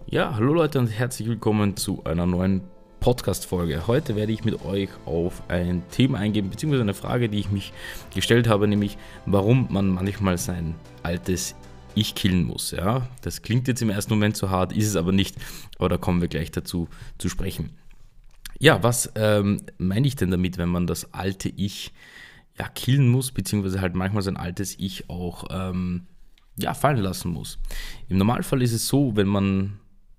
Ja, hallo Leute und herzlich willkommen zu einer neuen Podcast-Folge. Heute werde ich mit euch auf ein Thema eingehen, beziehungsweise eine Frage, die ich mich gestellt habe, nämlich warum man manchmal sein altes Ich killen muss. Ja, das klingt jetzt im ersten Moment so hart, ist es aber nicht, aber da kommen wir gleich dazu zu sprechen. Ja, was meine ich denn damit, wenn man das alte Ich killen muss, beziehungsweise halt manchmal sein altes Ich auch fallen lassen muss? Im Normalfall ist es so, wenn man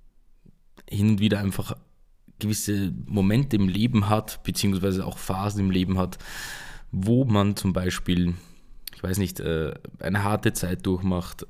hin und wieder einfach gewisse Momente im Leben hat, beziehungsweise auch Phasen im Leben hat, wo man zum Beispiel, ich weiß nicht, eine harte Zeit durchmacht,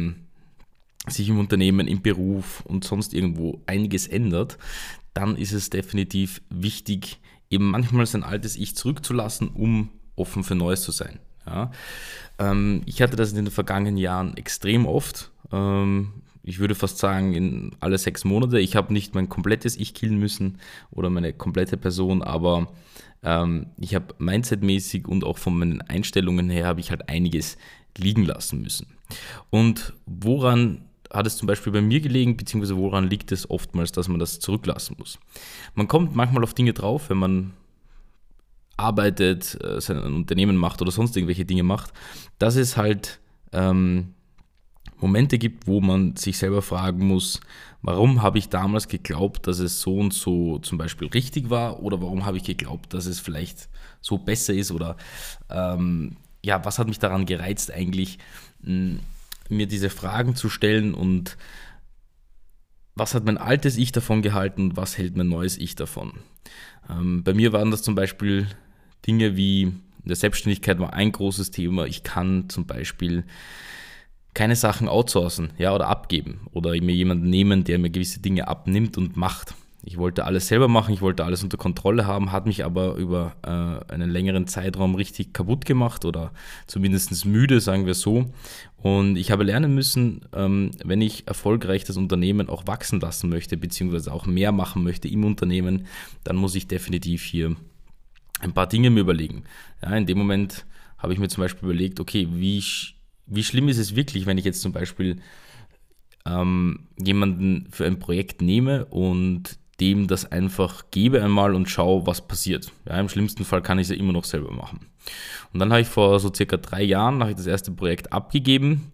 sich im Unternehmen, im Beruf und sonst irgendwo einiges ändert, dann ist es definitiv wichtig, eben manchmal sein altes Ich zurückzulassen, um offen für Neues zu sein. Ja? Ich hatte das in den vergangenen Jahren extrem oft. Ich würde fast sagen, in alle 6 Monate. Ich habe nicht mein komplettes Ich killen müssen oder meine komplette Person, aber ich habe mindsetmäßig und auch von meinen Einstellungen her habe ich halt einiges liegen lassen müssen. Und woran hat es zum Beispiel bei mir gelegen, beziehungsweise woran liegt es oftmals, dass man das zurücklassen muss? Man kommt manchmal auf Dinge drauf, wenn man arbeitet, sein Unternehmen macht oder sonst irgendwelche Dinge macht, dass es halt Momente gibt, wo man sich selber fragen muss, warum habe ich damals geglaubt, dass es so und so zum Beispiel richtig war, oder warum habe ich geglaubt, dass es vielleicht so besser ist, oder was hat mich daran gereizt eigentlich, mir diese Fragen zu stellen, und was hat mein altes Ich davon gehalten und was hält mein neues Ich davon? Bei mir waren das zum Beispiel Dinge wie, in der Selbstständigkeit war ein großes Thema, ich kann zum Beispiel keine Sachen outsourcen, oder abgeben oder mir jemanden nehmen, der mir gewisse Dinge abnimmt und macht. Ich wollte alles selber machen, ich wollte alles unter Kontrolle haben, hat mich aber über einen längeren Zeitraum richtig kaputt gemacht oder zumindest müde, sagen wir so. Und ich habe lernen müssen, wenn ich erfolgreich das Unternehmen auch wachsen lassen möchte, beziehungsweise auch mehr machen möchte im Unternehmen, dann muss ich definitiv hier ein paar Dinge mir überlegen. Ja, in dem Moment habe ich mir zum Beispiel überlegt, okay, wie schlimm ist es wirklich, wenn ich jetzt zum Beispiel jemanden für ein Projekt nehme und dem das einfach gebe einmal und schaue, was passiert. Ja, im schlimmsten Fall kann ich es ja immer noch selber machen. Und dann habe ich vor so circa 3 Jahren das erste Projekt abgegeben,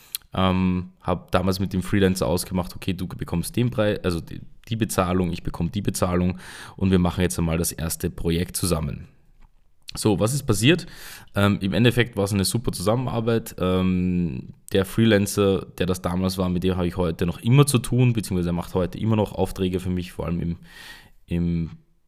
habe damals mit dem Freelancer ausgemacht, okay, du bekommst den Preis, also die Bezahlung, ich bekomme die Bezahlung, und wir machen jetzt einmal das erste Projekt zusammen. So, was ist passiert? Im Endeffekt war es eine super Zusammenarbeit. Der Freelancer, der das damals war, mit dem habe ich heute noch immer zu tun, beziehungsweise er macht heute immer noch Aufträge für mich, vor allem im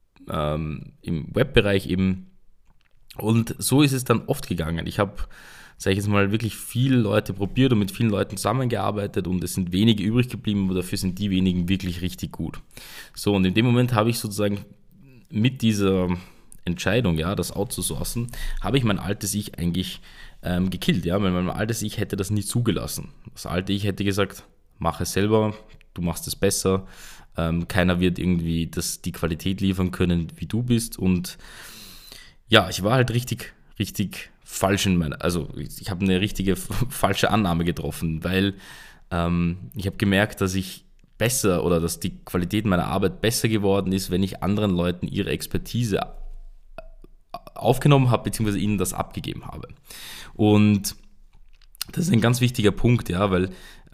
Webbereich eben. Und so ist es dann oft gegangen. Ich habe, sage ich jetzt mal, wirklich viele Leute probiert und mit vielen Leuten zusammengearbeitet, und es sind wenige übrig geblieben, aber dafür sind die wenigen wirklich richtig gut. So, und in dem Moment habe ich sozusagen mit dieser Entscheidung, das outzusourcen, habe ich mein altes Ich eigentlich gekillt, weil mein altes Ich hätte das nie zugelassen. Das alte Ich hätte gesagt, mach es selber, du machst es besser, keiner wird irgendwie die Qualität liefern können, wie du bist, und ich war halt richtig falsch ich habe eine richtige falsche Annahme getroffen, weil ich habe gemerkt, dass ich besser oder dass die Qualität meiner Arbeit besser geworden ist, wenn ich anderen Leuten ihre Expertise aufgenommen habe, beziehungsweise ihnen das abgegeben habe. Und das ist ein ganz wichtiger Punkt, weil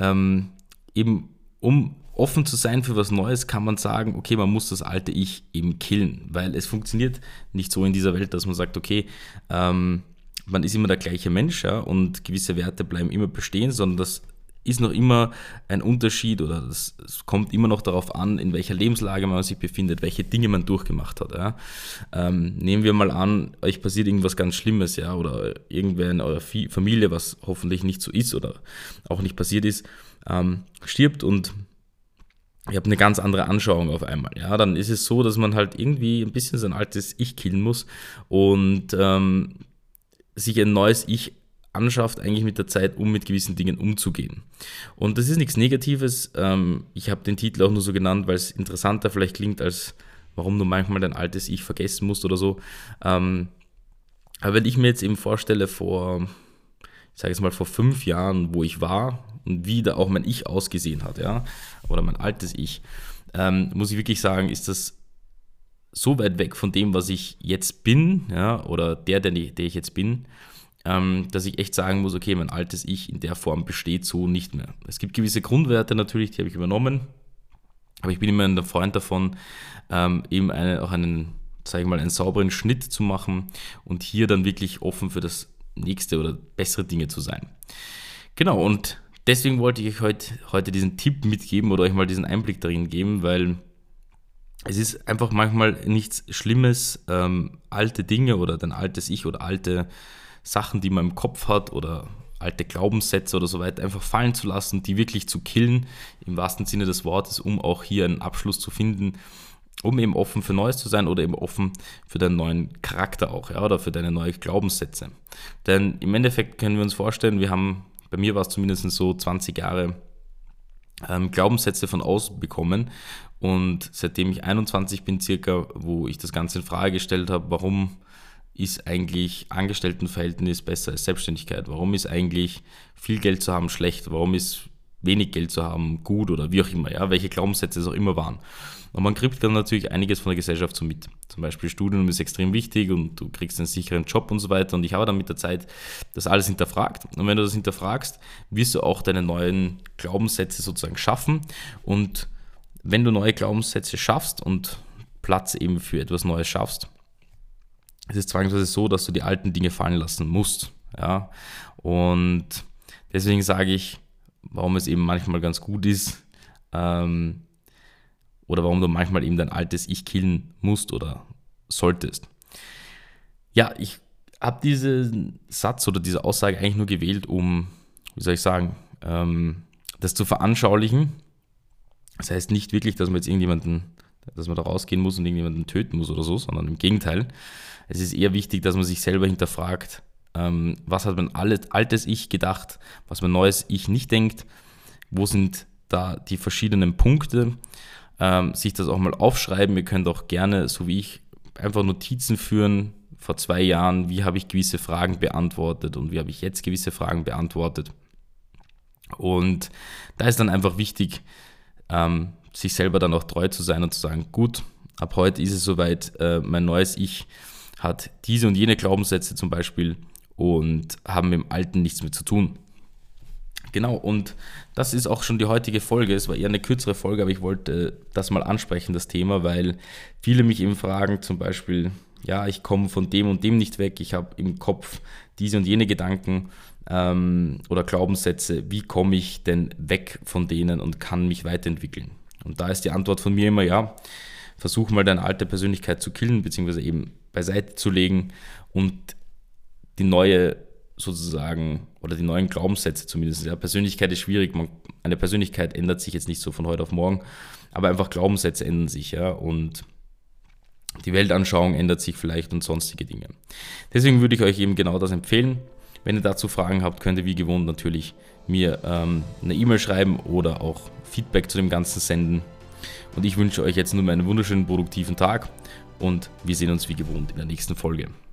eben um offen zu sein für was Neues, kann man sagen, okay, man muss das alte Ich eben killen, weil es funktioniert nicht so in dieser Welt, dass man sagt, okay, man ist immer der gleiche Mensch, und gewisse Werte bleiben immer bestehen, sondern das ist noch immer ein Unterschied, oder es kommt immer noch darauf an, in welcher Lebenslage man sich befindet, welche Dinge man durchgemacht hat. Nehmen wir mal an, euch passiert irgendwas ganz Schlimmes, oder irgendwer in eurer Familie, was hoffentlich nicht so ist oder auch nicht passiert ist, stirbt, und ihr habt eine ganz andere Anschauung auf einmal. Dann ist es so, dass man halt irgendwie ein bisschen sein altes Ich killen muss und sich ein neues Ich anschafft, eigentlich mit der Zeit, um mit gewissen Dingen umzugehen. Und das ist nichts Negatives. Ich habe den Titel auch nur so genannt, weil es interessanter vielleicht klingt, als warum du manchmal dein altes Ich vergessen musst oder so. Aber wenn ich mir jetzt eben vorstelle, ich sage jetzt mal vor 5 Jahren, wo ich war, und wie da auch mein Ich ausgesehen hat, ja, oder mein altes Ich, muss ich wirklich sagen, ist das so weit weg von dem, was ich jetzt bin, ja, oder der ich jetzt bin, dass ich echt sagen muss, okay, mein altes Ich in der Form besteht so nicht mehr. Es gibt gewisse Grundwerte natürlich, die habe ich übernommen, aber ich bin immer ein Freund davon, eben einen sauberen Schnitt zu machen und hier dann wirklich offen für das nächste oder bessere Dinge zu sein. Genau, und deswegen wollte ich euch heute diesen Tipp mitgeben oder euch mal diesen Einblick darin geben, weil es ist einfach manchmal nichts Schlimmes, alte Dinge oder dein altes Ich oder alte Sachen, die man im Kopf hat oder alte Glaubenssätze oder so weiter einfach fallen zu lassen, die wirklich zu killen, im wahrsten Sinne des Wortes, um auch hier einen Abschluss zu finden, um eben offen für Neues zu sein oder eben offen für deinen neuen Charakter auch, ja, oder für deine neuen Glaubenssätze. Denn im Endeffekt können wir uns vorstellen, bei mir war es zumindest so 20 Jahre Glaubenssätze von außen bekommen und seitdem ich 21 bin circa, wo ich das Ganze in Frage gestellt habe, warum ist eigentlich Angestelltenverhältnis besser als Selbstständigkeit? Warum ist eigentlich viel Geld zu haben schlecht? Warum ist wenig Geld zu haben gut oder wie auch immer, ja, welche Glaubenssätze es auch immer waren. Und man kriegt dann natürlich einiges von der Gesellschaft so mit. Zum Beispiel Studium ist extrem wichtig und du kriegst einen sicheren Job und so weiter. Und ich habe dann mit der Zeit das alles hinterfragt. Und wenn du das hinterfragst, wirst du auch deine neuen Glaubenssätze sozusagen schaffen. Und wenn du neue Glaubenssätze schaffst und Platz eben für etwas Neues schaffst, es ist zwangsweise so, dass du die alten Dinge fallen lassen musst. Ja? Und deswegen sage ich, warum es eben manchmal ganz gut ist, oder warum du manchmal eben dein altes Ich killen musst oder solltest. Ja, ich habe diesen Satz oder diese Aussage eigentlich nur gewählt, um, das zu veranschaulichen. Das heißt nicht wirklich, dass man da rausgehen muss und irgendjemanden töten muss oder so, sondern im Gegenteil. Es ist eher wichtig, dass man sich selber hinterfragt, was hat mein altes Ich gedacht, was mein neues Ich nicht denkt, wo sind da die verschiedenen Punkte, sich das auch mal aufschreiben. Ihr könnt auch gerne, so wie ich, einfach Notizen führen, vor 2 Jahren, wie habe ich gewisse Fragen beantwortet und wie habe ich jetzt gewisse Fragen beantwortet. Und da ist dann einfach wichtig, sich selber dann auch treu zu sein und zu sagen, gut, ab heute ist es soweit, mein neues Ich hat diese und jene Glaubenssätze zum Beispiel und haben mit dem Alten nichts mehr zu tun. Genau, und das ist auch schon die heutige Folge. Es war eher eine kürzere Folge, aber ich wollte das mal ansprechen, das Thema, weil viele mich eben fragen, zum Beispiel, ja, ich komme von dem und dem nicht weg, ich habe im Kopf diese und jene Gedanken oder Glaubenssätze, wie komme ich denn weg von denen und kann mich weiterentwickeln? Und da ist die Antwort von mir immer, ja, versuch mal deine alte Persönlichkeit zu killen, beziehungsweise eben beiseite zu legen und die neue sozusagen, oder die neuen Glaubenssätze zumindest. Ja, Persönlichkeit ist schwierig, eine Persönlichkeit ändert sich jetzt nicht so von heute auf morgen, aber einfach Glaubenssätze ändern sich, ja, und die Weltanschauung ändert sich vielleicht und sonstige Dinge. Deswegen würde ich euch eben genau das empfehlen. Wenn ihr dazu Fragen habt, könnt ihr wie gewohnt natürlich mir eine E-Mail schreiben oder auch Feedback zu dem Ganzen senden. Und ich wünsche euch jetzt nur einen wunderschönen, produktiven Tag und wir sehen uns wie gewohnt in der nächsten Folge.